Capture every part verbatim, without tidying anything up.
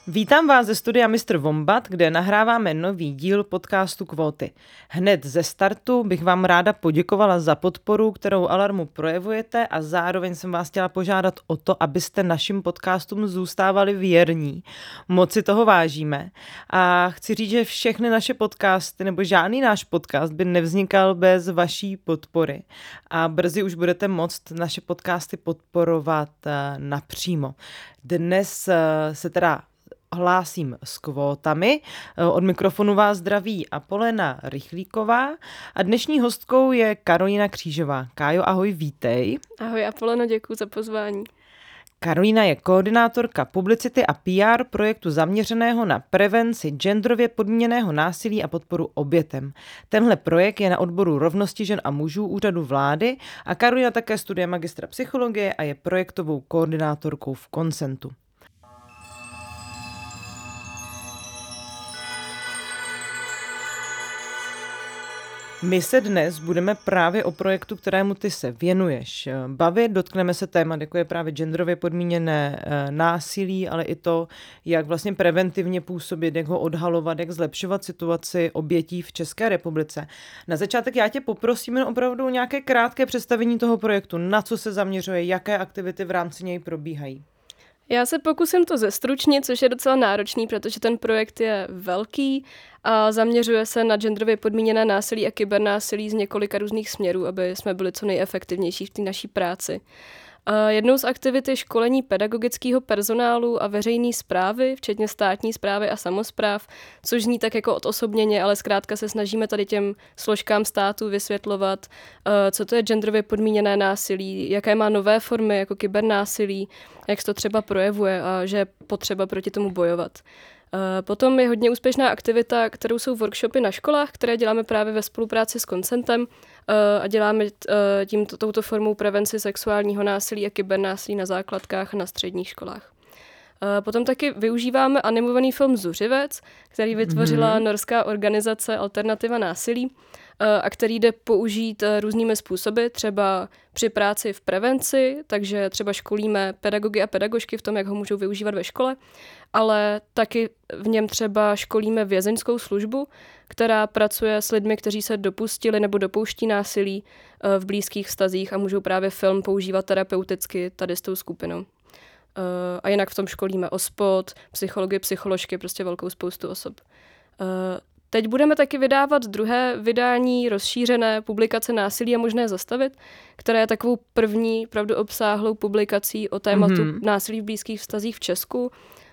Vítám vás ze studia Mistr Vombat, kde nahráváme nový díl podcastu Kvóty. Hned ze startu bych vám ráda poděkovala za podporu, kterou Alarmu projevujete, a zároveň jsem vás chtěla požádat o to, abyste našim podcastům zůstávali věrní. Moc si toho vážíme. A chci říct, že všechny naše podcasty nebo žádný náš podcast by nevznikal bez vaší podpory. A brzy už budete moct naše podcasty podporovat napřímo. Dnes se teda hlásím s kvótami. Od mikrofonu vás zdraví Apolena Rychlíková a dnešní hostkou je Karolína Křížová. Kájo, ahoj, vítej. Ahoj Apoleno, děkuji za pozvání. Karolína je koordinátorka publicity a P R projektu zaměřeného na prevenci genderově podmíněného násilí a podporu obětem. Tenhle projekt je na odboru rovnosti žen a mužů Úřadu vlády a Karolína také studuje magistra psychologie a je projektovou koordinátorkou v Konsentu. My se dnes budeme právě o projektu, kterému ty se věnuješ, bavit. Dotkneme se témat, jako je právě genderově podmíněné násilí, ale i to, jak vlastně preventivně působit, jak ho odhalovat, jak zlepšovat situaci obětí v České republice. Na začátek já tě poprosím jen opravdu nějaké krátké představení toho projektu, na co se zaměřuje, jaké aktivity v rámci něj probíhají. Já se pokusím to zestručnit, což je docela náročný, protože ten projekt je velký a zaměřuje se na genderově podmíněné násilí a kybernásilí z několika různých směrů, aby jsme byli co nejefektivnější v té naší práci. A jednou z aktivit je školení pedagogického personálu a veřejné správy, včetně státní správy a samospráv, což zní tak jako odosobněně, ale zkrátka se snažíme tady těm složkám státu vysvětlovat, co to je genderově podmíněné násilí, jaké má nové formy jako kybernásilí, jak se to třeba projevuje a že je potřeba proti tomu bojovat. Potom je hodně úspěšná aktivita, kterou jsou workshopy na školách, které děláme právě ve spolupráci s Konsentem a děláme tímto, touto formou prevenci sexuálního násilí a kybernásilí na základkách a na středních školách. Potom taky využíváme animovaný film Zuřivec, který vytvořila mm-hmm. norská organizace Alternativa násilí a který jde použít různými způsoby, třeba při práci v prevenci, takže třeba školíme pedagogy a pedagožky v tom, jak ho můžou využívat ve škole, ale taky v něm třeba školíme vězeňskou službu, která pracuje s lidmi, kteří se dopustili nebo dopouští násilí v blízkých vztazích a můžou právě film používat terapeuticky tady s tou skupinou. A jinak v tom školíme OSPOD, psychologi, psycholožky, prostě velkou spoustu osob. Teď budeme taky vydávat druhé vydání rozšířené publikace Násilí a možné zastavit, která je takovou první pravdu obsáhlou publikací o tématu mm-hmm. násilí v blízkých vztazích v Česku.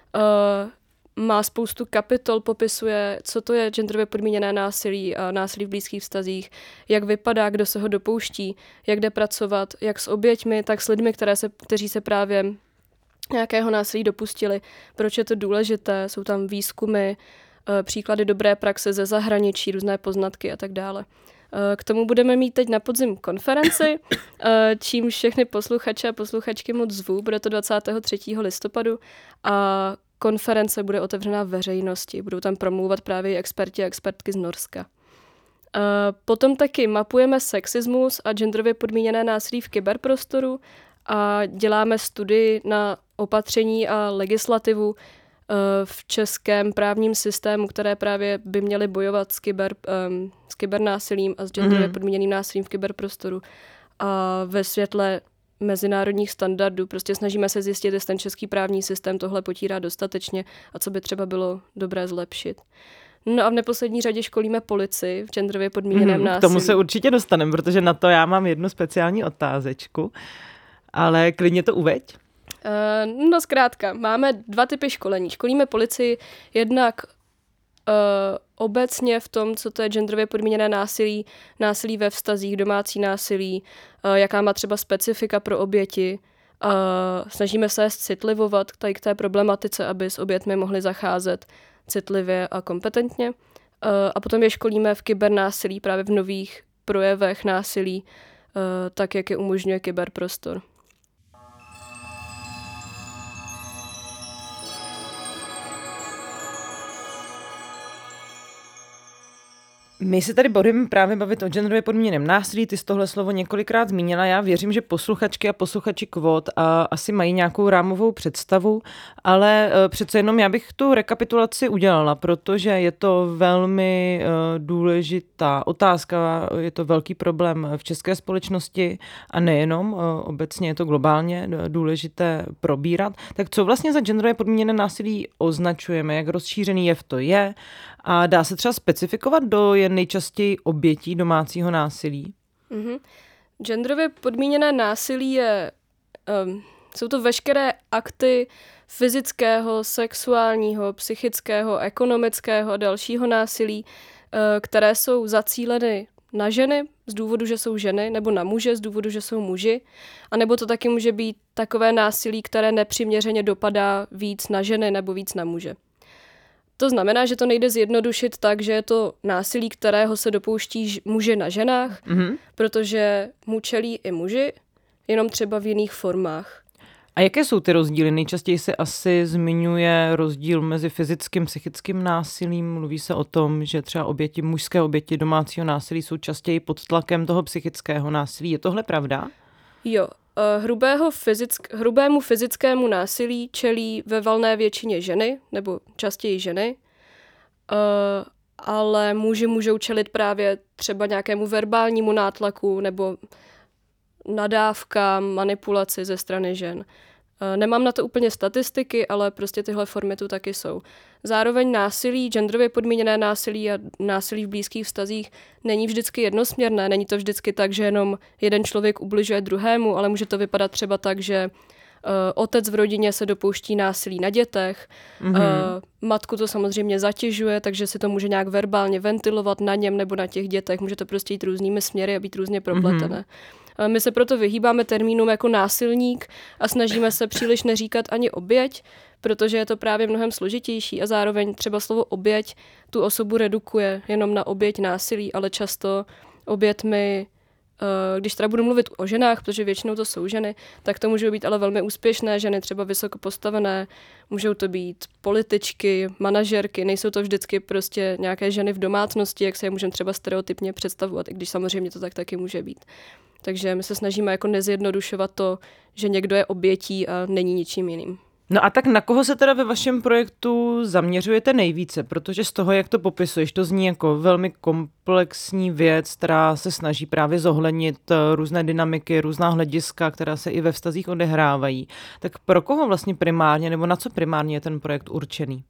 Uh, má spoustu kapitol, popisuje, co to je genderově podmíněné násilí a násilí v blízkých vztazích, jak vypadá, kdo se ho dopouští, jak jde pracovat, jak s oběťmi, tak s lidmi, které se, kteří se právě nějakého násilí dopustili, proč je to důležité, jsou tam výzkumy, příklady dobré praxe ze zahraničí, různé poznatky a tak dále. K tomu budeme mít teď na podzim konferenci, čím všechny posluchače a posluchačky moc zvu. Bude to dvacátého třetího listopadu a konference bude otevřená veřejnosti. Budou tam promlouvat právě experti a expertky z Norska. Potom taky mapujeme sexismus a genderově podmíněné násilí v kyberprostoru a děláme studii na opatření a legislativu v českém právním systému, které právě by měly bojovat s, kyber, um, s kybernásilím a s genderově mm-hmm. podmíněným násilím v kyberprostoru. A ve světle mezinárodních standardů prostě snažíme se zjistit, jestli ten český právní systém tohle potírá dostatečně a co by třeba bylo dobré zlepšit. No a v neposlední řadě školíme policii v genderově podmíněném mm, násilí. K tomu se určitě dostaneme, protože na to já mám jednu speciální otázečku, ale klidně to uveď. Uh, no zkrátka, máme dva typy školení. Školíme policii jednak uh, obecně v tom, co to je genderově podmíněné násilí, násilí ve vztazích, domácí násilí, uh, jaká má třeba specifika pro oběti. Uh, snažíme se citlivovat tady k té problematice, aby s obětmi mohli zacházet citlivě a kompetentně. Uh, a potom je školíme v kybernásilí, právě v nových projevech násilí, uh, tak jak je umožňuje kyberprostor. My se tady budeme právě bavit o genderově podmíněném násilí, ty jsi tohle slovo několikrát zmínila, já věřím, že posluchačky a posluchači Kvót a asi mají nějakou rámovou představu, ale přece jenom já bych tu rekapitulaci udělala, protože je to velmi důležitá otázka, je to velký problém v české společnosti a nejenom, obecně je to globálně důležité probírat. Tak co vlastně za genderově podmíněné násilí označujeme, jak rozšířený jev to je a dá se třeba specifikovat, do je nejčastěji obětí domácího násilí? Mm-hmm. Genderově podmíněné násilí je, um, jsou to veškeré akty fyzického, sexuálního, psychického, ekonomického a dalšího násilí, uh, které jsou zacíleny na ženy z důvodu, že jsou ženy, nebo na muže z důvodu, že jsou muži, a nebo to taky může být takové násilí, které nepřiměřeně dopadá víc na ženy nebo víc na muže. To znamená, že to nejde zjednodušit tak, že je to násilí, kterého se dopouští muži na ženách, mm-hmm. protože mu čelí i muži, jenom třeba v jiných formách. A jaké jsou ty rozdíly? Nejčastěji se asi zmiňuje rozdíl mezi fyzickým a psychickým násilím. Mluví se o tom, že třeba oběti, mužské oběti domácího násilí jsou častěji pod tlakem toho psychického násilí. Je tohle pravda? Jo. Hrubého fyzick, hrubému fyzickému násilí čelí ve valné většině ženy, nebo častěji ženy, ale muži můžou čelit právě třeba nějakému verbálnímu nátlaku nebo nadávkám, manipulaci ze strany žen. Nemám na to úplně statistiky, ale prostě tyhle formy tu taky jsou. Zároveň násilí, genderově podmíněné násilí a násilí v blízkých vztazích není vždycky jednosměrné. Není to vždycky tak, že jenom jeden člověk ubližuje druhému, ale může to vypadat třeba tak, že uh, otec v rodině se dopouští násilí na dětech, mm-hmm. uh, matku to samozřejmě zatěžuje, takže si to může nějak verbálně ventilovat na něm nebo na těch dětech. Může to prostě jít různými směry a být různě propletené. Mm-hmm. My se proto vyhýbáme termínům jako násilník a snažíme se příliš neříkat ani oběť, protože je to právě mnohem složitější a zároveň třeba slovo oběť tu osobu redukuje jenom na oběť násilí, ale často obětmi, když teda budu mluvit o ženách, protože většinou to jsou ženy, tak to můžou být ale velmi úspěšné ženy, třeba vysoko postavené, můžou to být političky, manažerky, nejsou to vždycky prostě nějaké ženy v domácnosti, jak se je můžeme třeba stereotypně představovat, i když samozřejmě to tak taky může být. Takže my se snažíme jako nezjednodušovat to, že někdo je obětí a není ničím jiným. No a tak na koho se teda ve vašem projektu zaměřujete nejvíce? Protože z toho, jak to popisuješ, to zní jako velmi komplexní věc, která se snaží právě zohlednit různé dynamiky, různá hlediska, která se i ve vztazích odehrávají. Tak pro koho vlastně primárně, nebo na co primárně je ten projekt určený?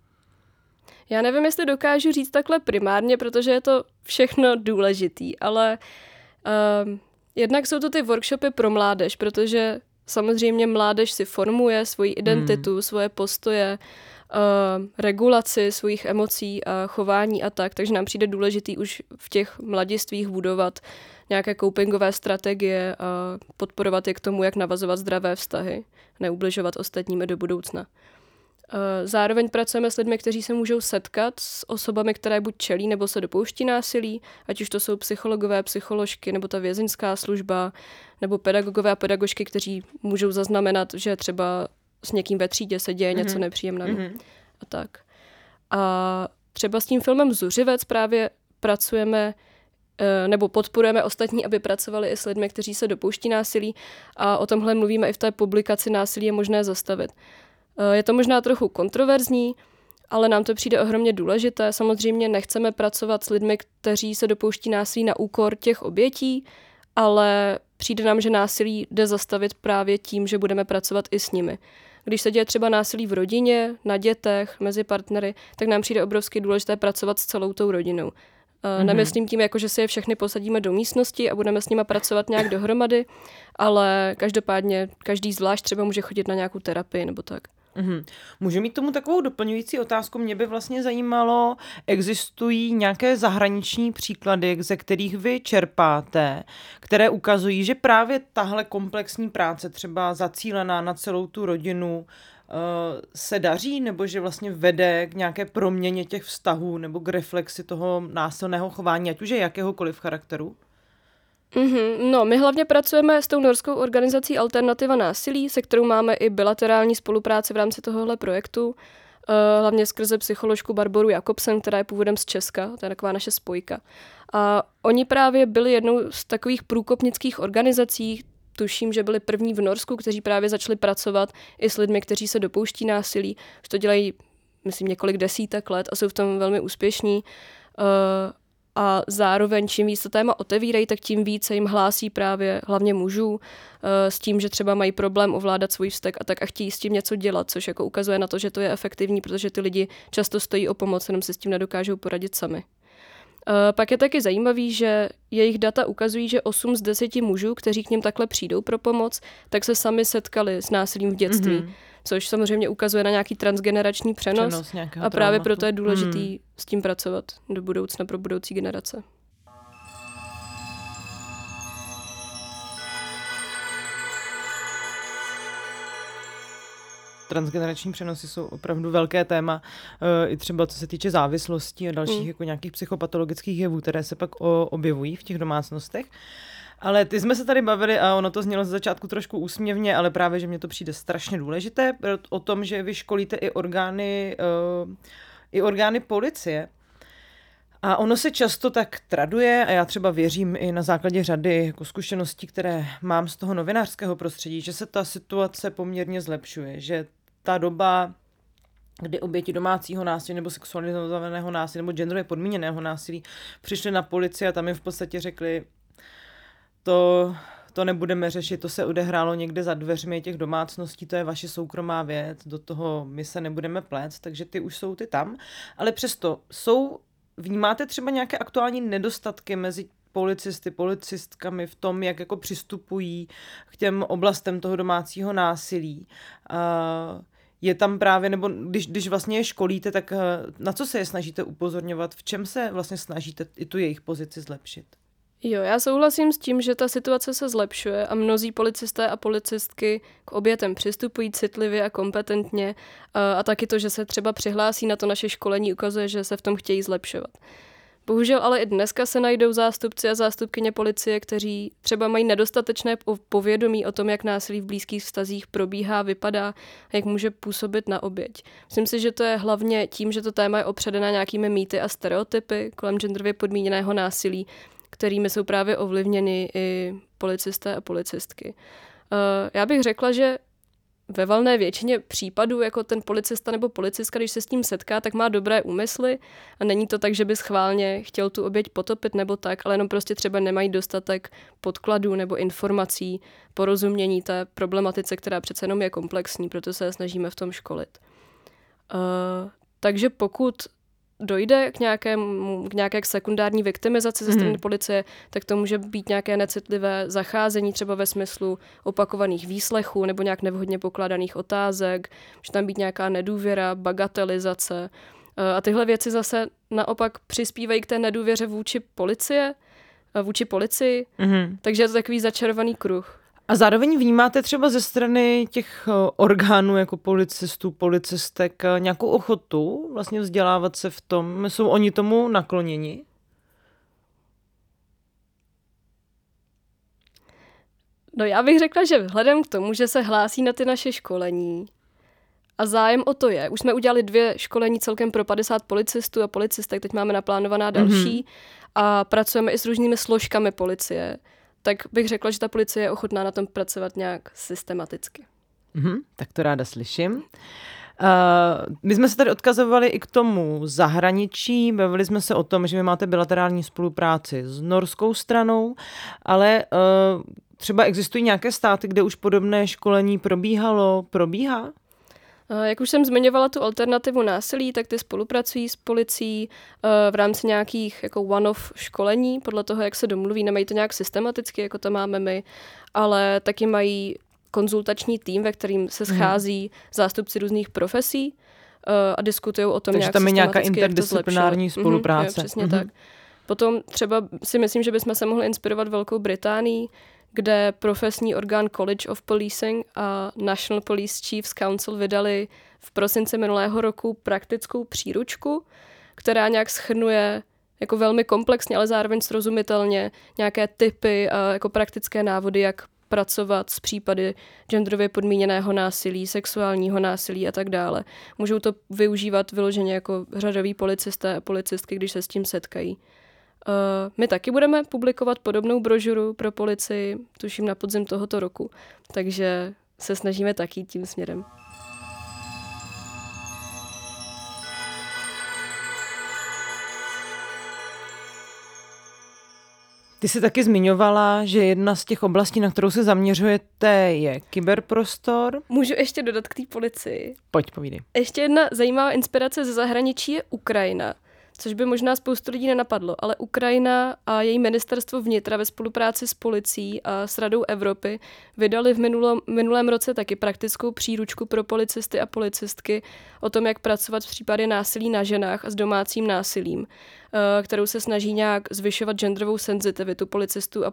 Já nevím, jestli dokážu říct takhle primárně, protože je to všechno důležitý, ale um, jednak jsou to ty workshopy pro mládež, protože samozřejmě mládež si formuje svoji identitu, hmm. svoje postoje, uh, regulaci svých emocí a chování a tak, takže nám přijde důležitý už v těch mladistvích budovat nějaké copingové strategie a podporovat je k tomu, jak navazovat zdravé vztahy, neubližovat ostatním do budoucna. Zároveň pracujeme s lidmi, kteří se můžou setkat s osobami, které buď čelí nebo se dopouští násilí, ať už to jsou psychologové, psycholožky, nebo ta vězeňská služba, nebo pedagogové a pedagožky, kteří můžou zaznamenat, že třeba s někým ve třídě se děje mm-hmm. něco nepříjemného. Mm-hmm. A tak. A třeba s tím filmem Zuřivec právě pracujeme nebo podporujeme ostatní, aby pracovali i s lidmi, kteří se dopouští násilí, a o tomhle mluvíme i v té publikaci Násilí je možné zastavit. Je to možná trochu kontroverzní, ale nám to přijde ohromně důležité. Samozřejmě nechceme pracovat s lidmi, kteří se dopouští násilí na úkor těch obětí, ale přijde nám, že násilí jde zastavit právě tím, že budeme pracovat i s nimi. Když se děje třeba násilí v rodině, na dětech, mezi partnery, tak nám přijde obrovsky důležité pracovat s celou tou rodinou. Mm-hmm. Nemyslím tím, jako, že si je všechny posadíme do místnosti a budeme s nima pracovat nějak dohromady, ale každopádně každý zvlášť třeba může chodit na nějakou terapii nebo tak. Mm-hmm. Můžu mít tomu takovou doplňující otázku? Mě by vlastně zajímalo, existují nějaké zahraniční příklady, ze kterých vy čerpáte, které ukazují, že právě tahle komplexní práce, třeba zacílená na celou tu rodinu, se daří, nebo že vlastně vede k nějaké proměně těch vztahů nebo k reflexi toho násilného chování, ať už je jakéhokoliv charakteru? Mm-hmm. No, my hlavně pracujeme s tou norskou organizací Alternativa násilí, se kterou máme i bilaterální spolupráci v rámci tohohle projektu. hlavně skrze psycholožku Barboru Jakobsen, která je původem z Česka, to je taková naše spojka. A oni právě byli jednou z takových průkopnických organizací, tuším, že byli první v Norsku, kteří právě začali pracovat i s lidmi, kteří se dopouští násilí. Už to dělají, myslím, několik desítek let a jsou v tom velmi úspěšní. A zároveň, čím víc to téma otevírají, tak tím více jim hlásí právě hlavně mužů s tím, že třeba mají problém ovládat svůj vztek a tak a chtějí s tím něco dělat, což jako ukazuje na to, že to je efektivní, protože ty lidi často stojí o pomoc, jenom si s tím nedokážou poradit sami. Pak je taky zajímavý, že jejich data ukazují, že osm z deseti mužů, kteří k nim takhle přijdou pro pomoc, tak se sami setkali s násilím v dětství, mm-hmm. což samozřejmě ukazuje na nějaký transgenerační přenos, přenos a právě traumatu. Proto je důležitý mm. s tím pracovat do budoucna pro budoucí generace. Transgenerační přenosy jsou opravdu velké téma, i třeba co se týče závislostí a dalších mm. jako nějakých psychopatologických jevů, které se pak objevují v těch domácnostech. Ale ty jsme se tady bavili a ono to znělo z začátku trošku úsměvně, ale právě, že mně to přijde strašně důležité, o tom, že vy školíte i orgány, i orgány policie. A ono se často tak traduje a já třeba věřím i na základě řady jako zkušeností, které mám z toho novinářského prostředí, že se ta situace poměrně zlepšuje, že ta doba, kdy oběti domácího násilí nebo sexualizovaného násilí nebo genderově podmíněného násilí přišli na policii a tam jim v podstatě řekli, to, to nebudeme řešit, to se odehrálo někde za dveřmi těch domácností, to je vaše soukromá věc, do toho my se nebudeme plést, takže ty už jsou ty tam, ale přesto jsou. Vnímáte třeba nějaké aktuální nedostatky mezi policisty, policistkami v tom, jak jako přistupují k těm oblastem toho domácího násilí? Je tam právě, nebo když, když vlastně je školíte, tak na co se je snažíte upozorňovat? V čem se vlastně snažíte i tu jejich pozici zlepšit? Jo, já souhlasím s tím, že ta situace se zlepšuje a mnozí policisté a policistky k obětem přistupují citlivě a kompetentně a, a taky to, že se třeba přihlásí na to naše školení, ukazuje, že se v tom chtějí zlepšovat. Bohužel ale i dneska se najdou zástupci a zástupkyně policie, kteří třeba mají nedostatečné povědomí o tom, jak násilí v blízkých vztazích probíhá, vypadá a jak může působit na oběť. Myslím si, že to je hlavně tím, že to téma je opředené nějakými mýty a stereotypy kolem genderově podmíněného násilí, kterými jsou právě ovlivněny i policisté a policistky. Já bych řekla, že ve valné většině případů, jako ten policista nebo policistka, když se s tím setká, tak má dobré úmysly a není to tak, že by schválně chtěl tu oběť potopit nebo tak, ale jenom prostě třeba nemají dostatek podkladů nebo informací, porozumění té problematice, která přece jenom je komplexní, proto se snažíme v tom školit. Uh, takže pokud dojde k, nějakému, k nějaké sekundární viktimizaci ze strany hmm. policie, tak to může být nějaké necitlivé zacházení, třeba ve smyslu opakovaných výslechů nebo nějak nevhodně pokládaných otázek, může tam být nějaká nedůvěra, bagatelizace. A tyhle věci zase naopak přispívají k té nedůvěře vůči policie, vůči policii, hmm. takže je to takový začarovaný kruh. A zároveň vnímáte třeba ze strany těch orgánů jako policistů, policistek nějakou ochotu vlastně vzdělávat se v tom? Jsou oni tomu nakloněni? No já bych řekla, že vzhledem k tomu, že se hlásí na ty naše školení a zájem o to je. Už jsme udělali dvě školení celkem pro padesát policistů a policistek, teď máme naplánovaná další mm-hmm. a pracujeme i s různými složkami policie. Tak bych řekla, že ta policie je ochotná na tom pracovat nějak systematicky. Mm-hmm, tak to ráda slyším. Uh, my jsme se tady odkazovali i k tomu zahraničí, bavili jsme se o tom, že vy máte bilaterální spolupráci s norskou stranou, ale uh, třeba existují nějaké státy, kde už podobné školení probíhalo, probíhá? Jak už jsem zmiňovala tu alternativu násilí, tak ty spolupracují s policií v rámci nějakých jako one-off školení, podle toho, jak se domluví, nemají to nějak systematicky, jako to máme my, ale taky mají konzultační tým, ve kterým se schází hmm. zástupci různých profesí a diskutují o tom, takže nějak tam je nějaká systematicky, interdisciplinární spolupráce. Mm-hmm, jo, přesně mm-hmm. tak. Potom třeba si myslím, že bychom se mohli inspirovat Velkou Británií, kde profesní orgán College of Policing a National Police Chiefs Council vydali v prosinci minulého roku praktickou příručku, která nějak shrnuje jako velmi komplexně, ale zároveň srozumitelně nějaké tipy a jako praktické návody, jak pracovat s případy genderově podmíněného násilí, sexuálního násilí a tak dále. Můžou to využívat vyloženě jako řadoví policisté a policistky, když se s tím setkají. Uh, my taky budeme publikovat podobnou brožuru pro policii, tuším na podzim tohoto roku, takže se snažíme taky tím směrem. Ty jsi taky zmiňovala, že jedna z těch oblastí, na kterou se zaměřujete, je kyberprostor. Můžu ještě dodat k té policii? Pojď, povídej. Ještě jedna zajímavá inspirace ze zahraničí je Ukrajina, což by možná spoustu lidí nenapadlo, ale Ukrajina a její ministerstvo vnitra ve spolupráci s policií a s Radou Evropy vydali v minulém, minulém roce taky praktickou příručku pro policisty a policistky o tom, jak pracovat v případě násilí na ženách a s domácím násilím, kterou se snaží nějak zvyšovat genderovou senzitivitu policistů a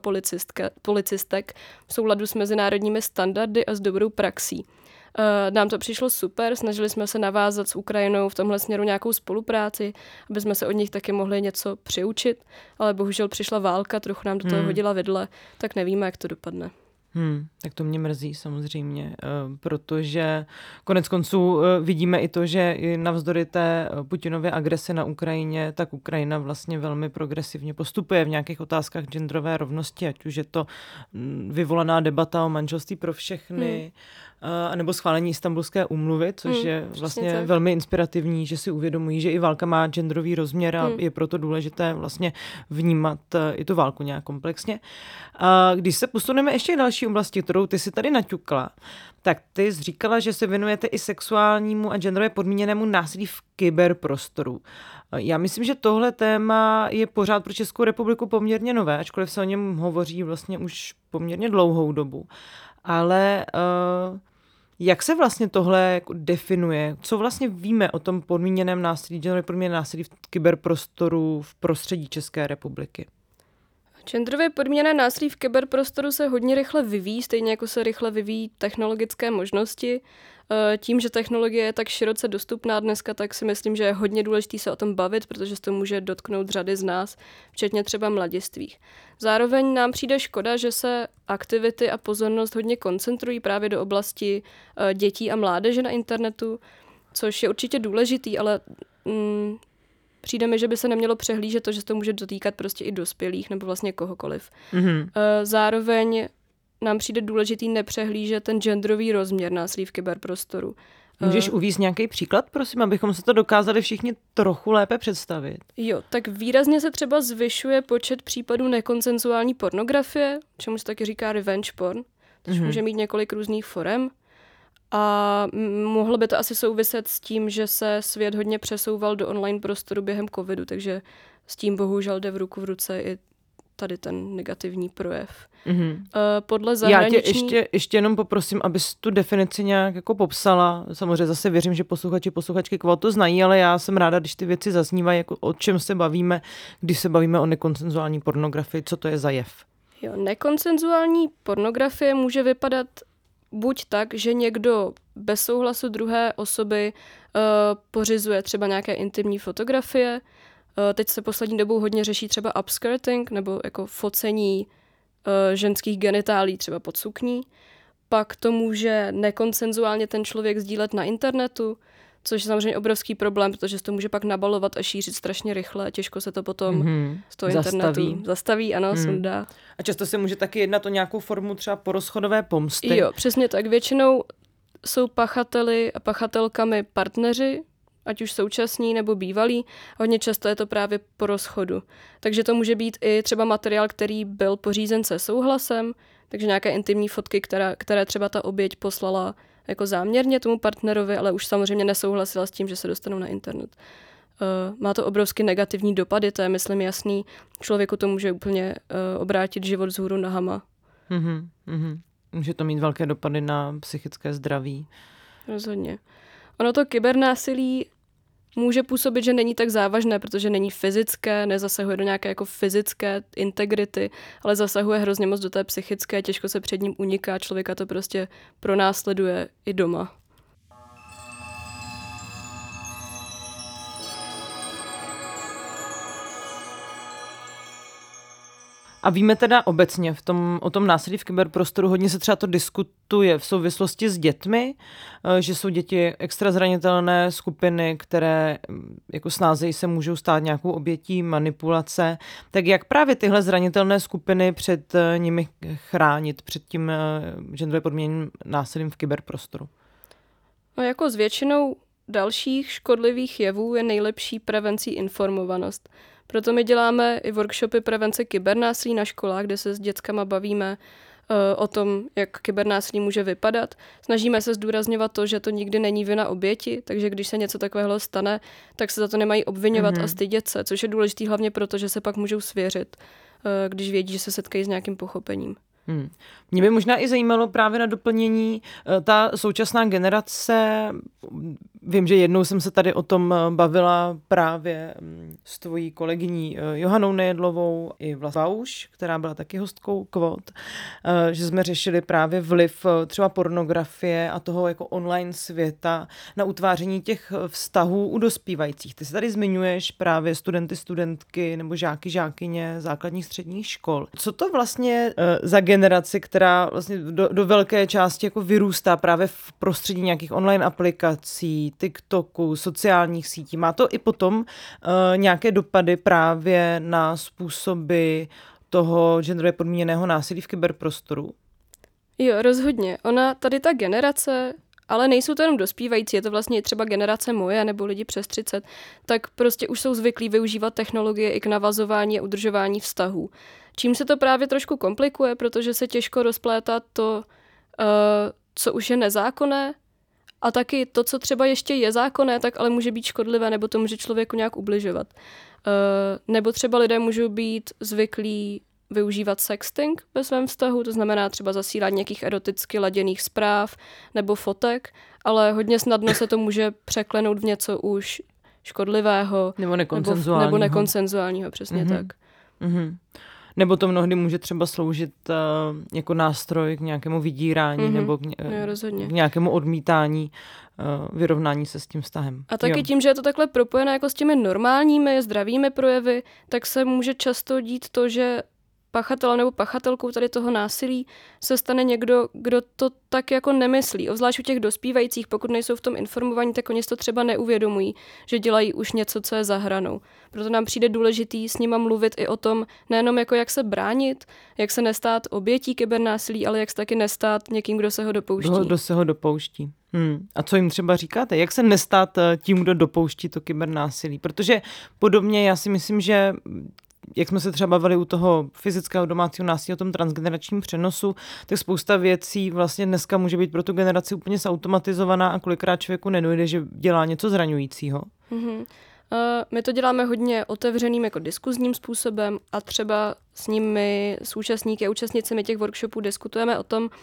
policistek v souladu s mezinárodními standardy a s dobrou praxí. Uh, nám to přišlo super, snažili jsme se navázat s Ukrajinou v tomhle směru nějakou spolupráci, aby jsme se od nich taky mohli něco přiučit, ale bohužel přišla válka, trochu nám do toho hmm. hodila vidle, tak nevíme, jak to dopadne. Hmm, tak to mě mrzí samozřejmě, protože konec konců vidíme i to, že navzdory té Putinově agrese na Ukrajině, tak Ukrajina vlastně velmi progresivně postupuje v nějakých otázkách genderové rovnosti, ať už je to vyvolaná debata o manželství pro všechny, hmm. nebo schválení Istanbulské úmluvy, což hmm, je vlastně tak. velmi inspirativní, že si uvědomují, že i válka má genderový rozměr a hmm. je proto důležité vlastně vnímat i tu válku nějak komplexně. A když se posuneme ještě k další oblasti, kterou ty si tady naťukla, tak ty jsi říkala, že se věnujete i sexuálnímu a genderově podmíněnému násilí v kyberprostoru. Já myslím, že tohle téma je pořád pro Českou republiku poměrně nové, ačkoliv se o něm hovoří vlastně už poměrně dlouhou dobu. Ale uh, jak se vlastně tohle jako definuje? Co vlastně víme o tom podmíněném násilí, genderově podmíněném násilí v kyberprostoru v prostředí České republiky? Genderově podmíněné násilí v kyberprostoru se hodně rychle vyvíjí, stejně jako se rychle vyvíjí technologické možnosti. Tím, že technologie je tak široce dostupná dneska, tak si myslím, že je hodně důležité se o tom bavit, protože se to může dotknout řady z nás, včetně třeba mladistvých. Zároveň nám přijde škoda, že se aktivity a pozornost hodně koncentrují právě do oblasti dětí a mládeže na internetu, což je určitě důležitý, ale mm, přijde mi, že by se nemělo přehlížet to, že se to může dotýkat prostě i dospělých nebo vlastně kohokoliv. Mm-hmm. Zároveň nám přijde důležitý nepřehlížet ten genderový rozměr násilí v kyberprostoru. Můžeš uvést nějaký příklad, prosím, abychom se to dokázali všichni trochu lépe představit? Jo, tak výrazně se třeba zvyšuje počet případů nekonsenzuální pornografie, čemu se taky říká revenge porn, což mm-hmm. může mít několik různých forem. A mohlo by to asi souviset s tím, že se svět hodně přesouval do online prostoru během covidu, takže s tím bohužel jde v ruku v ruce i tady ten negativní projev. Mm-hmm. Uh, podle zahraniční... Já tě ještě, ještě jenom poprosím, abys tu definici nějak jako popsala. Samozřejmě zase věřím, že posluchači, posluchačky Kvót to znají, ale já jsem ráda, když ty věci zaznívají, jako o čem se bavíme, když se bavíme o nekonsenzuální pornografii, co to je za jev. Jo, nekonsenzuální pornografie může vypadat buď tak, že někdo bez souhlasu druhé osoby uh, pořizuje třeba nějaké intimní fotografie. Uh, teď se poslední dobou hodně řeší třeba upskirting, nebo jako focení uh, ženských genitálí třeba pod sukní. Pak to může nekonsenzuálně ten člověk sdílet na internetu, což je samozřejmě obrovský problém, protože se to může pak nabalovat a šířit strašně rychle a těžko se to potom mm-hmm. z toho zastaví. internetu zastaví, ano, mm. sundá. A často se může taky jednat o nějakou formu třeba porozchodové pomsty. Jo, přesně tak. Většinou jsou pachateli a pachatelkami partneři, ať už současní nebo bývalí. Hodně často je to právě po rozchodu. Takže to může být i třeba materiál, který byl pořízen se souhlasem, takže nějaké intimní fotky, která, které třeba ta oběť poslala jako záměrně tomu partnerovi, ale už samozřejmě nesouhlasila s tím, že se dostanou na internet. Uh, má to obrovsky negativní dopady, to je, myslím, jasný. Člověku to může úplně uh, obrátit život vzhůru nohama. Mm-hmm, mm-hmm. Může to mít velké dopady na psychické zdraví. Rozhodně. Ono to kybernásilí může působit, že není tak závažné, protože není fyzické, nezasahuje do nějaké jako fyzické integrity, ale zasahuje hrozně moc do té psychické, těžko se před ním uniká, člověka to prostě pronásleduje i doma. A víme teda obecně v tom, o tom násilí v kyberprostoru, hodně se třeba to diskutuje v souvislosti s dětmi, že jsou děti extra zranitelné skupiny, které jako snázejí se můžou stát nějakou obětí manipulace. Tak jak právě tyhle zranitelné skupiny před nimi chránit, před tím genderově podmíněným násilím v kyberprostoru? No jako s většinou dalších škodlivých jevů je nejlepší prevencí informovanost. Proto my děláme i workshopy prevence kybernásilí na školách, kde se s dětskama bavíme uh, o tom, jak kybernásilí může vypadat. Snažíme se zdůrazňovat to, že to nikdy není vina oběti, takže když se něco takového stane, tak se za to nemají obvinovat mm-hmm. a stydět se, což je důležité hlavně proto, že se pak můžou svěřit, uh, když vědí, že se setkají s nějakým pochopením. Hmm. Mě by možná i zajímalo právě na doplnění ta současná generace. Vím, že jednou jsem se tady o tom bavila právě s tvojí kolegyní Johanou Nejedlovou i Vauš, která byla taky hostkou Kvót, že jsme řešili právě vliv třeba pornografie a toho jako online světa na utváření těch vztahů u dospívajících. Ty se tady zmiňuješ právě studenty, studentky nebo žáky, žákyně základních středních škol. Co to vlastně za generaci, která vlastně do, do velké části jako vyrůstá právě v prostředí nějakých online aplikací, TikToku, sociálních sítí. Má to i potom uh, nějaké dopady právě na způsoby toho genderově podmíněného násilí v kyberprostoru? Jo, rozhodně. Ona, tady ta generace, ale nejsou to jenom dospívající, je to vlastně i třeba generace moje nebo lidi přes třicet, tak prostě už jsou zvyklí využívat technologie i k navazování a udržování vztahů. Čím se to právě trošku komplikuje, protože se těžko rozplétá to, uh, co už je nezákonné, a taky to, co třeba ještě je zákonné, tak ale může být škodlivé, nebo to může člověku nějak ubližovat. Uh, nebo třeba lidé můžou být zvyklí využívat sexting ve svém vztahu, to znamená třeba zasílání nějakých eroticky laděných zpráv nebo fotek, ale hodně snadno se to může překlenout v něco už škodlivého. Nebo nekonsenzuálního. Nebo, nebo nekonsenzuálního, přesně mm-hmm. tak. Mm-hmm. Nebo to mnohdy může třeba sloužit uh, jako nástroj k nějakému vydírání mm-hmm. nebo k, ně, jo, k nějakému odmítání, uh, vyrovnání se s tím vztahem. A taky jo. tím, že je to takhle propojené jako s těmi normálními, zdravými projevy, tak se může často dít to, že pachatel nebo pachatelkou tady toho násilí se stane někdo, kdo to tak jako nemyslí. Obzvlášť u těch dospívajících, pokud nejsou v tom informovaní, tak oni si to třeba neuvědomují, že dělají už něco, co je za hranou. Proto nám přijde důležitý s nima mluvit i o tom, nejenom jako jak se bránit, jak se nestát obětí kybernásilí, ale jak se taky nestát někým, kdo se ho dopouští. Kdo, kdo se ho dopouští. Hmm. A co jim třeba říkáte? Jak se nestát tím, kdo dopouští to kybernásilí? Protože podobně já si myslím, že jak jsme se třeba bavili u toho fyzického domácího násilí, o tom transgeneračním přenosu, tak spousta věcí vlastně dneska může být pro tu generaci úplně zautomatizovaná a kolikrát člověku nedojde, že dělá něco zraňujícího. Mm-hmm. Uh, my to děláme hodně otevřeným jako diskuzním způsobem a třeba s nimi, s účastníky a účastnicemi těch workshopů diskutujeme o tom, uh,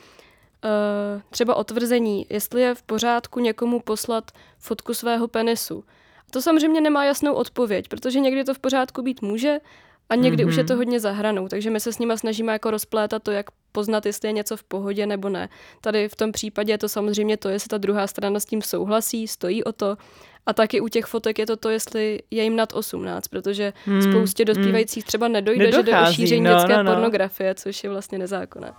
třeba o tvrzení, jestli je v pořádku někomu poslat fotku svého penisu. To samozřejmě nemá jasnou odpověď, protože někdy to v pořádku být může, a někdy mm-hmm. už je to hodně za hranou, takže my se s nima snažíme jako rozplétat to, jak poznat, jestli je něco v pohodě nebo ne. Tady v tom případě je to samozřejmě to, jestli ta druhá strana s tím souhlasí, stojí o to. A taky u těch fotek je to to, jestli je jim nad osmnáct, protože mm, spoustě dospívajících mm. třeba nedojde, Nedochází, že jde o šíření no, dětské no, no. pornografie, což je vlastně nezákonné.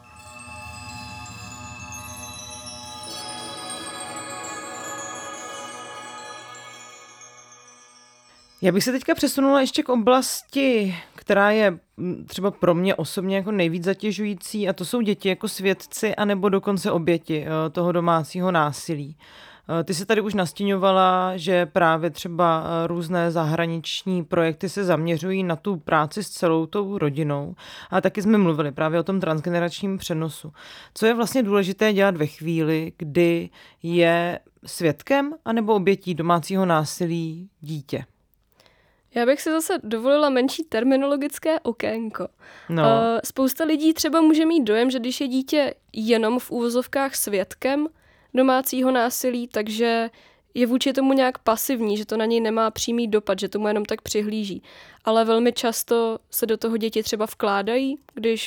Já bych se teďka přesunula ještě k oblasti, která je třeba pro mě osobně jako nejvíc zatěžující, a to jsou děti jako svědci anebo dokonce oběti toho domácího násilí. Ty se tady už nastíňovala, že právě třeba různé zahraniční projekty se zaměřují na tu práci s celou tou rodinou. A taky jsme mluvili právě o tom transgeneračním přenosu. Co je vlastně důležité dělat ve chvíli, kdy je svědkem anebo obětí domácího násilí dítě? Já bych si zase dovolila menší terminologické okénko. No. Uh, spousta lidí třeba může mít dojem, že když je dítě jenom v úvozovkách svědkem domácího násilí, takže je vůči tomu nějak pasivní, že to na něj nemá přímý dopad, že tomu jenom tak přihlíží. Ale velmi často se do toho děti třeba vkládají, když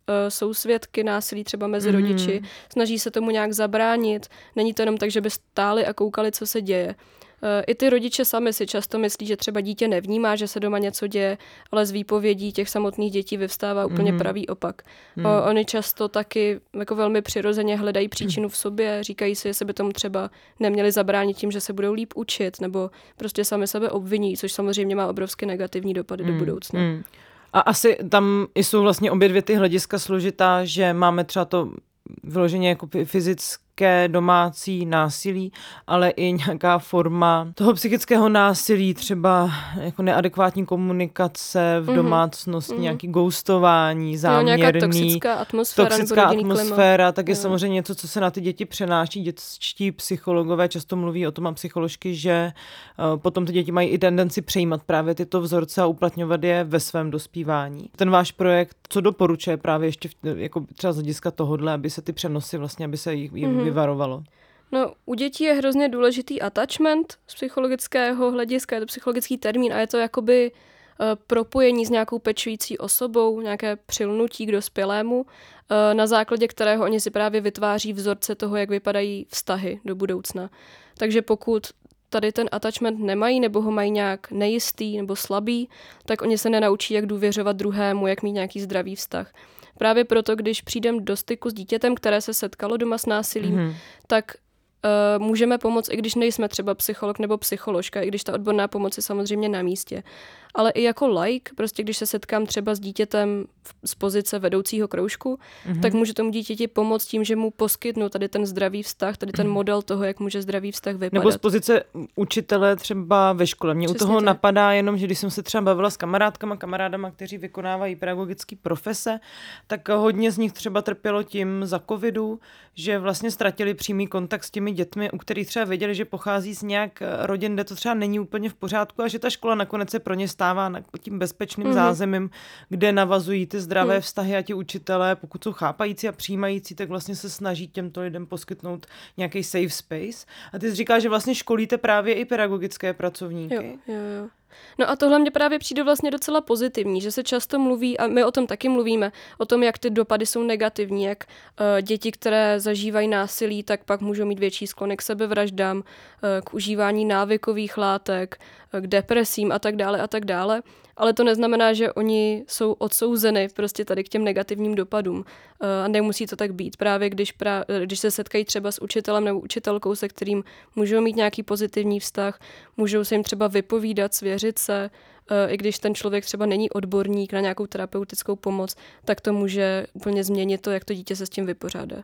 jsou svědky násilí třeba mezi mm. rodiči, snaží se tomu nějak zabránit. Není to jenom tak, že by stáli a koukali, co se děje. I ty rodiče sami si často myslí, že třeba dítě nevnímá, že se doma něco děje, ale z výpovědí těch samotných dětí vyvstává úplně mm. pravý opak. Mm. O, oni často taky jako velmi přirozeně hledají příčinu v sobě, říkají si, jestli by tomu třeba neměli zabránit tím, že se budou líp učit, nebo prostě sami sebe obviní, což samozřejmě má obrovské negativní dopady mm. do budoucna. Mm. A asi tam jsou vlastně obě dvě ty hlediska složitá, že máme třeba to vyloženě jako fyzické domácí násilí, ale i nějaká forma toho psychického násilí, třeba jako neadekvátní komunikace v domácnosti, mm-hmm. nějaký ghostování, záměrný. Jo, nějaká toxická atmosféra. Toxická atmosféra, tak je jo. samozřejmě něco, co se na ty děti přenáší. Dětští psychologové často mluví o tom a psycholožky, že uh, potom ty děti mají i tendenci přejímat právě tyto vzorce a uplatňovat je ve svém dospívání. Ten váš projekt, co doporučuje právě ještě v, jako třeba z hlediska tohodle, aby se ty přenosy vlastně, aby se jich mm-hmm. vyvarovalo? No, u dětí je hrozně důležitý attachment z psychologického hlediska, je to psychologický termín a je to jakoby uh, propojení s nějakou pečující osobou, nějaké přilnutí k dospělému, uh, na základě kterého oni si právě vytváří vzorce toho, jak vypadají vztahy do budoucna. Takže pokud tady ten attachment nemají nebo ho mají nějak nejistý nebo slabý, tak oni se nenaučí, jak důvěřovat druhému, jak mít nějaký zdravý vztah. Právě proto, když přijdeme do styku s dítětem, které se setkalo doma s násilím, mm-hmm. tak uh, můžeme pomoct, i když nejsme třeba psycholog nebo psycholožka, i když ta odborná pomoc je samozřejmě na místě. Ale i jako laik, prostě když se setkám třeba s dítětem z pozice vedoucího kroužku, mm-hmm. tak můžu tomu dítěti pomoct tím, že mu poskytnu tady ten zdravý vztah, tady ten model toho, jak může zdravý vztah vypadat. Nebo z pozice učitele třeba ve škole. Mě Přesně u toho tak. napadá jenom, že když jsem se třeba bavila s kamarádkama, kamarádama, kteří vykonávají pedagogické profese, tak hodně z nich třeba trpělo tím za covidu, že vlastně ztratili přímý kontakt s těmi dětmi, u kterých třeba věděli, že pochází z nějak rodin, kde to třeba není úplně v pořádku a že ta škola nakonec se pro ně stává tím bezpečným mm-hmm. zázemím, kde navazují ty zdravé mm. vztahy a ti učitelé, pokud jsou chápající a přijímající, tak vlastně se snaží těmto lidem poskytnout nějaký safe space. A ty jsi říkala, že vlastně školíte právě i pedagogické pracovníky. Jo, jo, jo. No a tohle mě právě přijde vlastně docela pozitivní, že se často mluví, a my o tom taky mluvíme, o tom, jak ty dopady jsou negativní, jak uh, děti, které zažívají násilí, tak pak můžou mít větší sklon k sebevraždám, uh, k užívání návykových látek, uh, k depresím a tak dále a tak dále. Ale to neznamená, že oni jsou odsouzeny prostě tady k těm negativním dopadům. A nemusí to tak být. Právě když, pra, když se setkají třeba s učitelem nebo učitelkou, se kterým můžou mít nějaký pozitivní vztah, můžou se jim třeba vypovídat, svěřit se, i když ten člověk třeba není odborník na nějakou terapeutickou pomoc, tak to může úplně změnit to, jak to dítě se s tím vypořádá.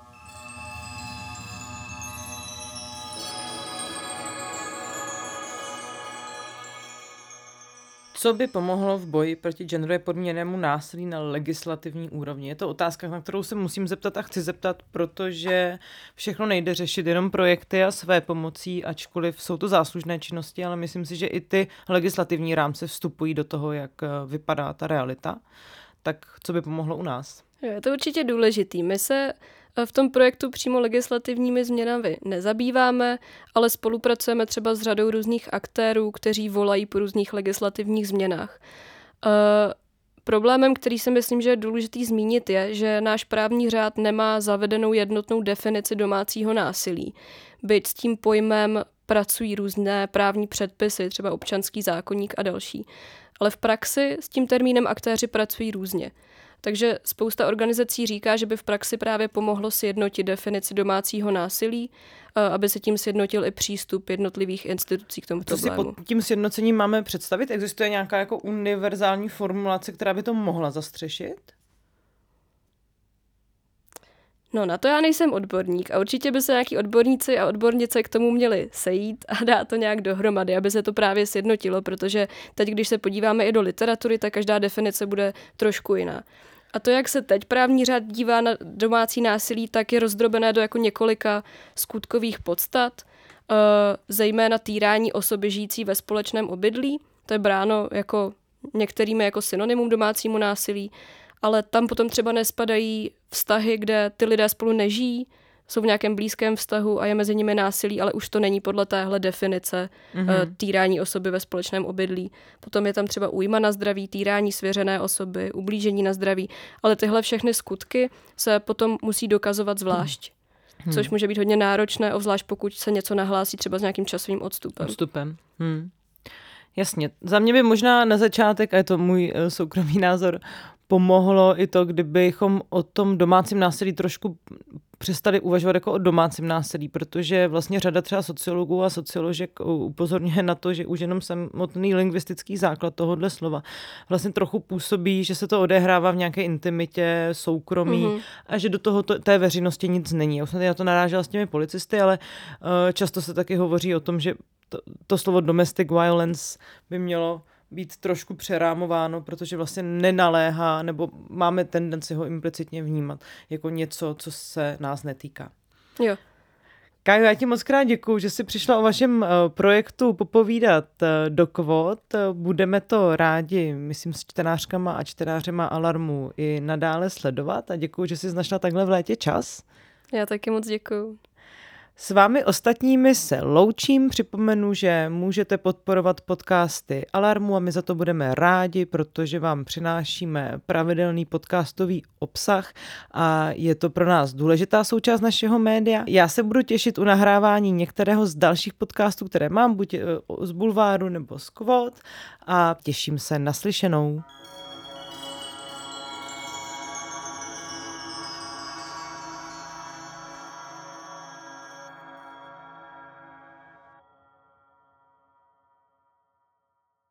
Co by pomohlo v boji proti genderově podmíněnému násilí na legislativní úrovni? Je to otázka, na kterou se musím zeptat a chci zeptat, protože všechno nejde řešit jenom projekty a své pomocí, ačkoliv jsou to záslužné činnosti, ale myslím si, že i ty legislativní rámce vstupují do toho, jak vypadá ta realita. Tak co by pomohlo u nás? Je to určitě důležitý. My se v tom projektu přímo legislativními změnami nezabýváme, ale spolupracujeme třeba s řadou různých aktérů, kteří volají po různých legislativních změnách. Uh, problémem, který si myslím, že je důležitý zmínit, je, že náš právní řád nemá zavedenou jednotnou definici domácího násilí. Byť s tím pojmem pracují různé právní předpisy, třeba občanský zákoník a další. Ale v praxi s tím termínem aktéři pracují různě. Takže spousta organizací říká, že by v praxi právě pomohlo sjednotit definici domácího násilí, aby se tím sjednotil i přístup jednotlivých institucí k tomu problému. Co si pod tím sjednocením máme představit? Existuje nějaká jako univerzální formulace, která by to mohla zastřešit? No, na to já nejsem odborník a určitě by se nějaký odborníci a odbornice k tomu měli sejít a dát to nějak dohromady, aby se to právě sjednotilo, protože teď, když se podíváme i do literatury, tak každá definice bude trošku jiná. A to, jak se teď právní řád dívá na domácí násilí, tak je rozdrobené do jako několika skutkových podstat, zejména týrání osoby žijící ve společném obydlí, to je bráno jako některými jako synonymum domácímu násilí, ale tam potom třeba nespadají vztahy, kde ty lidé spolu nežijí, jsou v nějakém blízkém vztahu a je mezi nimi násilí, ale už to není podle téhle definice mm-hmm. týrání osoby ve společném obydlí. Potom je tam třeba újma na zdraví, týrání svěřené osoby, ublížení na zdraví, ale tyhle všechny skutky se potom musí dokazovat zvlášť. Hmm. Což může být hodně náročné, obzvlášť pokud se něco nahlásí třeba s nějakým časovým odstupem. Odstupem. Hmm. Jasně. Za mě by možná na začátek, a je to můj uh, soukromý názor, pomohlo i to, kdybychom o tom domácím násilí trošku přestali uvažovat jako o domácím násilí, protože vlastně řada třeba sociologů a socioložek upozorňuje na to, že už jenom samotný lingvistický základ tohohle slova vlastně trochu působí, že se to odehrává v nějaké intimitě, soukromí mm-hmm. a že do toho to, té veřejnosti nic není. Já jsem na to narážela s těmi policisty, ale uh, často se taky hovoří o tom, že to, to slovo domestic violence by mělo být trošku přerámováno, protože vlastně nenaléhá, nebo máme tendenci ho implicitně vnímat jako něco, co se nás netýká. Jo. Kájo, já ti moc krát děkuju, že jsi přišla o vašem projektu popovídat do kvót. Budeme to rádi, myslím, s čtenářkama a čtenářema Alarmu i nadále sledovat a děkuju, že jsi našla takhle v létě čas. Já taky moc děkuju. S vámi ostatními se loučím, připomenu, že můžete podporovat podcasty Alarmu a my za to budeme rádi, protože vám přinášíme pravidelný podcastový obsah a je to pro nás důležitá součást našeho média. Já se budu těšit u nahrávání některého z dalších podcastů, které mám, buď z Bulváru nebo z Kvót a těším se na slyšenou.